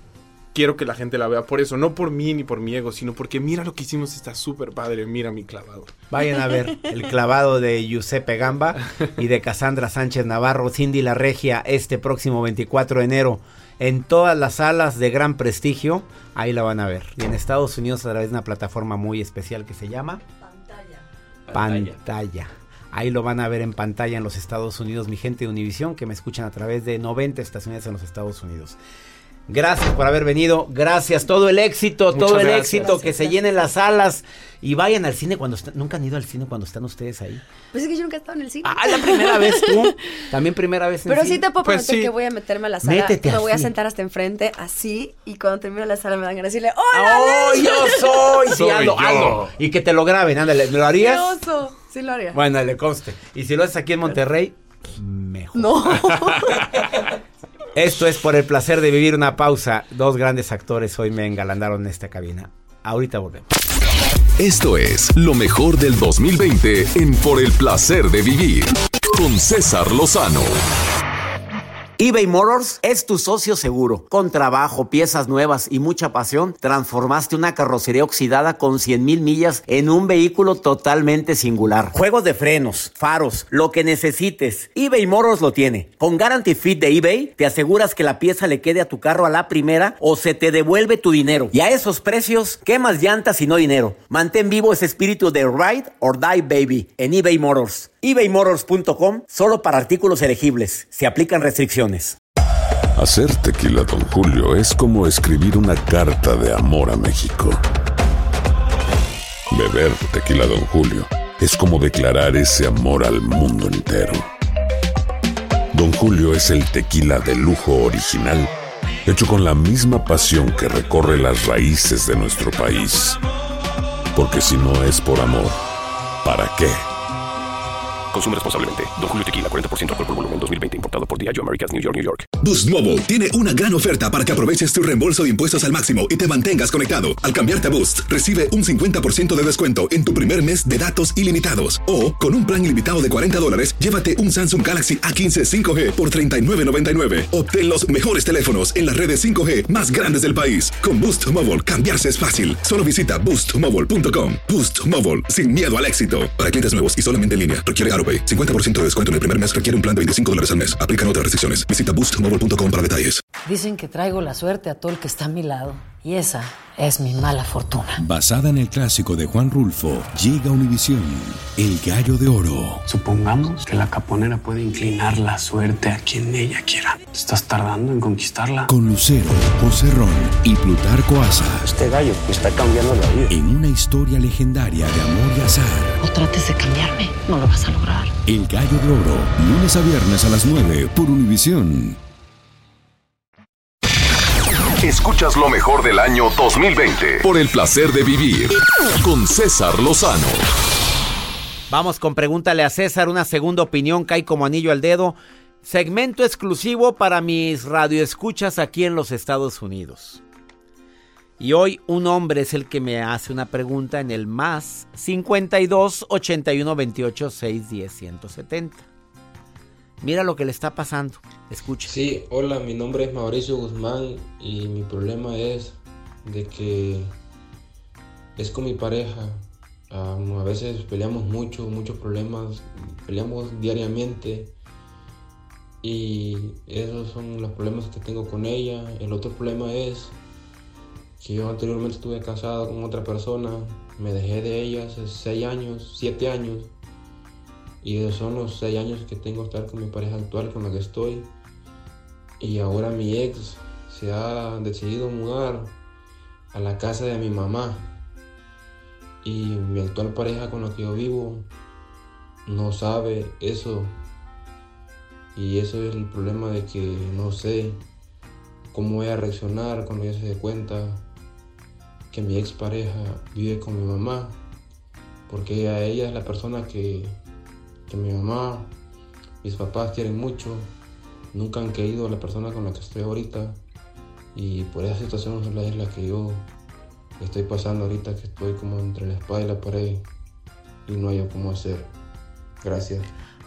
quiero que la gente la vea por eso, no por mí ni por mi ego, sino porque mira lo que hicimos, está súper padre, mira mi clavado. Vayan a ver el clavado de Giuseppe Gamba y de Cassandra Sánchez Navarro, Cindy La Regia, este próximo veinticuatro de enero, en todas las salas de gran prestigio, ahí la van a ver. Y en Estados Unidos a través de una plataforma muy especial que se llama Pantalla. Pantalla. Ahí lo van a ver en pantalla en los Estados Unidos, mi gente de Univisión, que me escuchan a través de noventa estaciones en los Estados Unidos. Gracias por haber venido, gracias, todo el éxito, Muchas todo el gracias. éxito, Gracias, que se gracias. llenen las salas y vayan al cine cuando están. ¿Nunca han ido al cine cuando están ustedes ahí? Pues es que yo nunca he estado en el cine. Ah, la primera vez tú, también primera vez en Pero cine. sí te puedo Pues prometer sí. que voy a meterme a la sala. Métete me voy a así. sentar hasta enfrente, así, y cuando termine la sala me dan ganas de decirle, ¡hola, ¡Oh, Alex! yo soy! Sí, Soy hazlo, yo. hazlo. Y que te lo graben, ándale, ¿me lo ¡Qué harías? oso! Sí lo haría. Bueno, le conste. Y si lo haces aquí en Monterrey, mejor. No. Esto es Por el Placer de Vivir. Una pausa. Dos grandes actores hoy me engalandaron en esta cabina. Ahorita volvemos. Esto es lo mejor del dos mil veinte en Por el Placer de Vivir con César Lozano. eBay Motors es tu socio seguro. Con trabajo, piezas nuevas y mucha pasión, transformaste una carrocería oxidada con cien mil millas en un vehículo totalmente singular. Juegos de frenos, faros, lo que necesites, eBay Motors lo tiene. Con Guarantee Fit de eBay, te aseguras que la pieza le quede a tu carro a la primera o se te devuelve tu dinero. Y a esos precios, ¿qué más llantas y no dinero? Mantén vivo ese espíritu de Ride or Die Baby en eBay Motors. ebay motors punto com, solo para artículos elegibles. Se aplican restricciones. Hacer tequila Don Julio es como escribir una carta de amor a México. Beber tequila Don Julio es como declarar ese amor al mundo entero. Don Julio es el tequila de lujo original, hecho con la misma pasión que recorre las raíces de nuestro país. Porque si no es por amor, ¿para qué? Consume responsablemente. Don Julio Tequila, cuarenta por ciento alcohol por volumen, dos mil veinte. Importado por Diageo Americas, New York, New York. Boost Mobile tiene una gran oferta para que aproveches tu reembolso de impuestos al máximo y te mantengas conectado. Al cambiarte a Boost, recibe un cincuenta por ciento de descuento en tu primer mes de datos ilimitados. O, con un plan ilimitado de cuarenta dólares, llévate un Samsung Galaxy A quince cinco G por treinta y nueve noventa y nueve. Obtén los mejores teléfonos en las redes cinco G más grandes del país. Con Boost Mobile, cambiarse es fácil. Solo visita boost mobile punto com. Boost Mobile, sin miedo al éxito. Para clientes nuevos y solamente en línea, requiere AutoPay. cincuenta por ciento de descuento en el primer mes requiere un plan de veinticinco dólares al mes. Aplican otras restricciones. Visita boost mobile punto com para detalles. Dicen que traigo la suerte a todo el que está a mi lado. Y esa es mi mala fortuna. Basada en el clásico de Juan Rulfo, llega Univisión, El Gallo de Oro. Supongamos que la caponera puede inclinar la suerte a quien ella quiera. ¿Te estás tardando en conquistarla? Con Lucero, José Ron y Plutarco Asa. Este gallo me está cambiando la vida. En una historia legendaria de amor y azar. No trates de cambiarme, no lo vas a lograr. El Gallo de Oro, lunes a viernes a las nueve por Univisión. Escuchas lo mejor del año dos mil veinte por el placer de vivir con César Lozano. Vamos con Pregúntale a César, una segunda opinión cae como anillo al dedo. Segmento exclusivo para mis radioescuchas aquí en los Estados Unidos. Y hoy un hombre es el que me hace una pregunta en el más cincuenta y dos, ochenta y uno, veintiocho, seiscientos diez, ciento setenta. Mira lo que le está pasando. Escucha. Sí, hola, mi nombre es Mauricio Guzmán y mi problema es de que es con mi pareja. Um, a veces peleamos mucho, muchos problemas, peleamos diariamente y esos son los problemas que tengo con ella. El otro problema es que yo anteriormente estuve casado con otra persona, me dejé de ella hace seis años, siete años. Y son los seis años que tengo que estar con mi pareja actual, con la que estoy. Y ahora mi ex se ha decidido mudar a la casa de mi mamá. Y mi actual pareja con la que yo vivo no sabe eso. Y eso es el problema de que no sé cómo voy a reaccionar cuando ella se dé cuenta que mi ex pareja vive con mi mamá. Porque a ella es la persona que... que mi mamá, mis papás quieren mucho, nunca han querido a la persona con la que estoy ahorita y por esa situación es la que yo estoy pasando ahorita, que estoy como entre la espada y la pared y no hay cómo hacer. Gracias.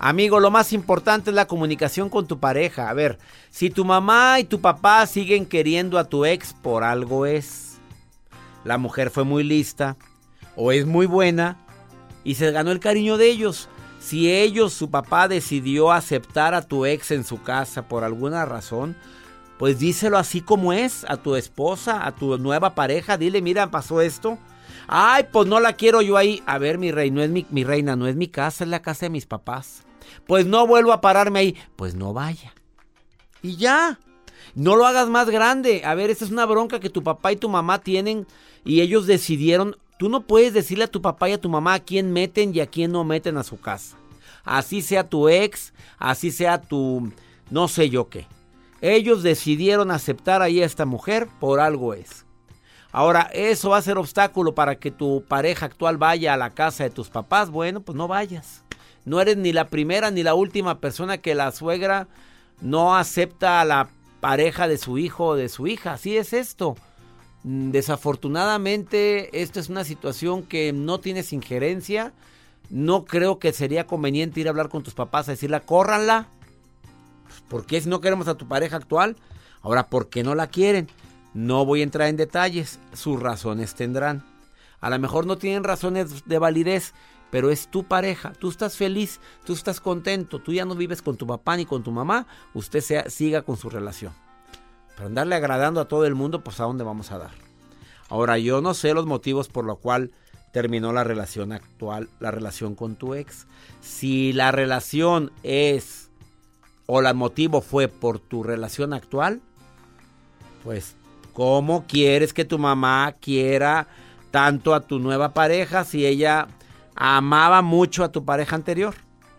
Amigo, lo más importante es la comunicación con tu pareja. A ver, si tu mamá y tu papá siguen queriendo a tu ex, por algo es. La mujer fue muy lista o es muy buena y se ganó el cariño de ellos. Si ellos, su papá, decidió aceptar a tu ex en su casa por alguna razón, pues díselo así como es a tu esposa, a tu nueva pareja. Dile, mira, pasó esto. Ay, pues no la quiero yo ahí. A ver, mi rey, no es mi, mi reina, no es mi casa, es la casa de mis papás. Pues no vuelvo a pararme ahí. Pues no vaya. Y ya. No lo hagas más grande. A ver, esa es una bronca que tu papá y tu mamá tienen y ellos decidieron. Tú no puedes decirle a tu papá y a tu mamá a quién meten y a quién no meten a su casa. Así sea tu ex, así sea tu no sé yo qué. Ellos decidieron aceptar ahí a esta mujer, por algo es. Ahora, ¿eso va a ser obstáculo para que tu pareja actual vaya a la casa de tus papás? Bueno, pues no vayas. No eres ni la primera ni la última persona que la suegra no acepta a la pareja de su hijo o de su hija. Así es esto. Desafortunadamente, esta es una situación que no tienes injerencia. No creo que sería conveniente ir a hablar con tus papás a decirle, córranla. ¿Por qué si no queremos a tu pareja actual? Ahora, ¿por qué no la quieren? No voy a entrar en detalles. Sus razones tendrán. A lo mejor no tienen razones de validez, pero es tu pareja. Tú estás feliz, tú estás contento. Tú ya no vives con tu papá ni con tu mamá. Usted sea, siga con su relación. Pero andarle agradando a todo el mundo, pues ¿a dónde vamos a dar? Ahora, yo no sé los motivos por los cuales terminó la relación actual, la relación con tu ex. Si la relación es, o el motivo fue por tu relación actual, pues, ¿cómo quieres que tu mamá quiera tanto a tu nueva pareja si ella amaba mucho a tu pareja anterior?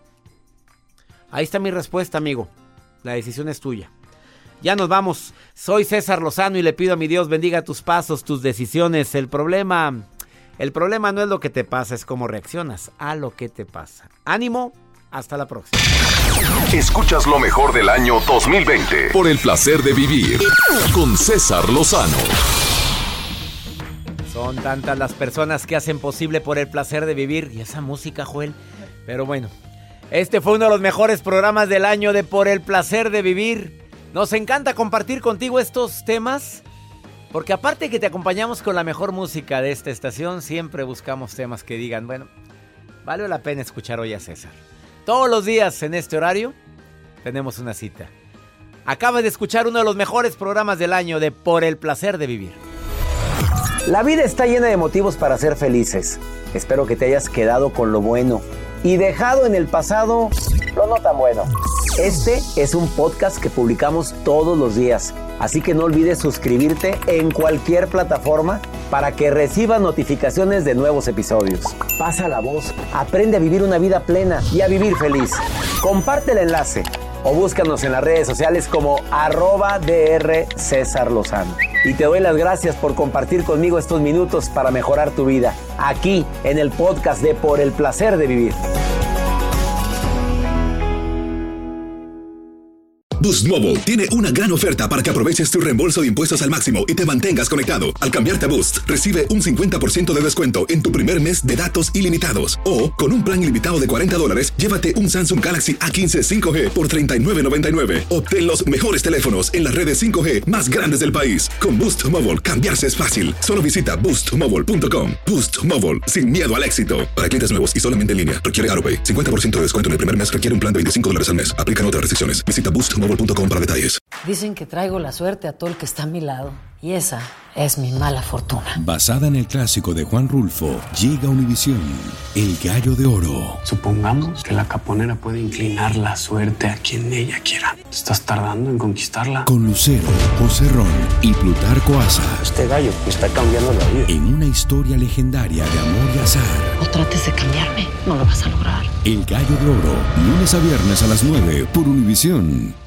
Ahí está mi respuesta, amigo. La decisión es tuya. Ya nos vamos. Soy César Lozano y le pido a mi Dios bendiga tus pasos, tus decisiones. El problema, el problema no es lo que te pasa, es cómo reaccionas a lo que te pasa. Ánimo, hasta la próxima. Escuchas lo mejor del año dos mil veinte por el placer de vivir con César Lozano. Son tantas las personas que hacen posible por el placer de vivir. Y esa música, Joel. Pero bueno, este fue uno de los mejores programas del año de Por el placer de vivir. Nos encanta compartir contigo estos temas, porque aparte que te acompañamos con la mejor música de esta estación, siempre buscamos temas que digan, bueno, vale la pena escuchar hoy a César. Todos los días en este horario tenemos una cita. Acabas de escuchar uno de los mejores programas del año de Por el placer de vivir. La vida está llena de motivos para ser felices. Espero que te hayas quedado con lo bueno y dejado en el pasado lo no tan bueno. Este es un podcast que publicamos todos los días, así que no olvides suscribirte en cualquier plataforma para que recibas notificaciones de nuevos episodios. Pasa la voz, aprende a vivir una vida plena y a vivir feliz. Comparte el enlace o búscanos en las redes sociales como arroba DR César Lozano. Y te doy las gracias por compartir conmigo estos minutos para mejorar tu vida, aquí en el podcast de Por el placer de vivir. Boost Mobile tiene una gran oferta para que aproveches tu reembolso de impuestos al máximo y te mantengas conectado. Al cambiarte a Boost, recibe un cincuenta por ciento de descuento en tu primer mes de datos ilimitados. O, con un plan ilimitado de cuarenta dólares, llévate un Samsung Galaxy A quince cinco G por treinta y nueve noventa y nueve. Obtén los mejores teléfonos en las redes cinco G más grandes del país. Con Boost Mobile, cambiarse es fácil. Solo visita boost mobile punto com. Boost Mobile, sin miedo al éxito. Para clientes nuevos y solamente en línea, requiere AutoPay. cincuenta por ciento de descuento en el primer mes requiere un plan de veinticinco dólares al mes. Aplican otras restricciones. Visita boost mobile punto com para detalles. Dicen que traigo la suerte a todo el que está a mi lado. Y esa es mi mala fortuna. Basada en el clásico de Juan Rulfo, llega Univisión, El Gallo de Oro. Supongamos que la caponera puede inclinar la suerte a quien ella quiera. ¿Estás tardando en conquistarla? Con Lucero, José Ron y Plutarco Asa. Este gallo me está cambiando la vida. En una historia legendaria de amor y azar. No trates de cambiarme, no lo vas a lograr. El Gallo de Oro, lunes a viernes a las nueve por Univisión.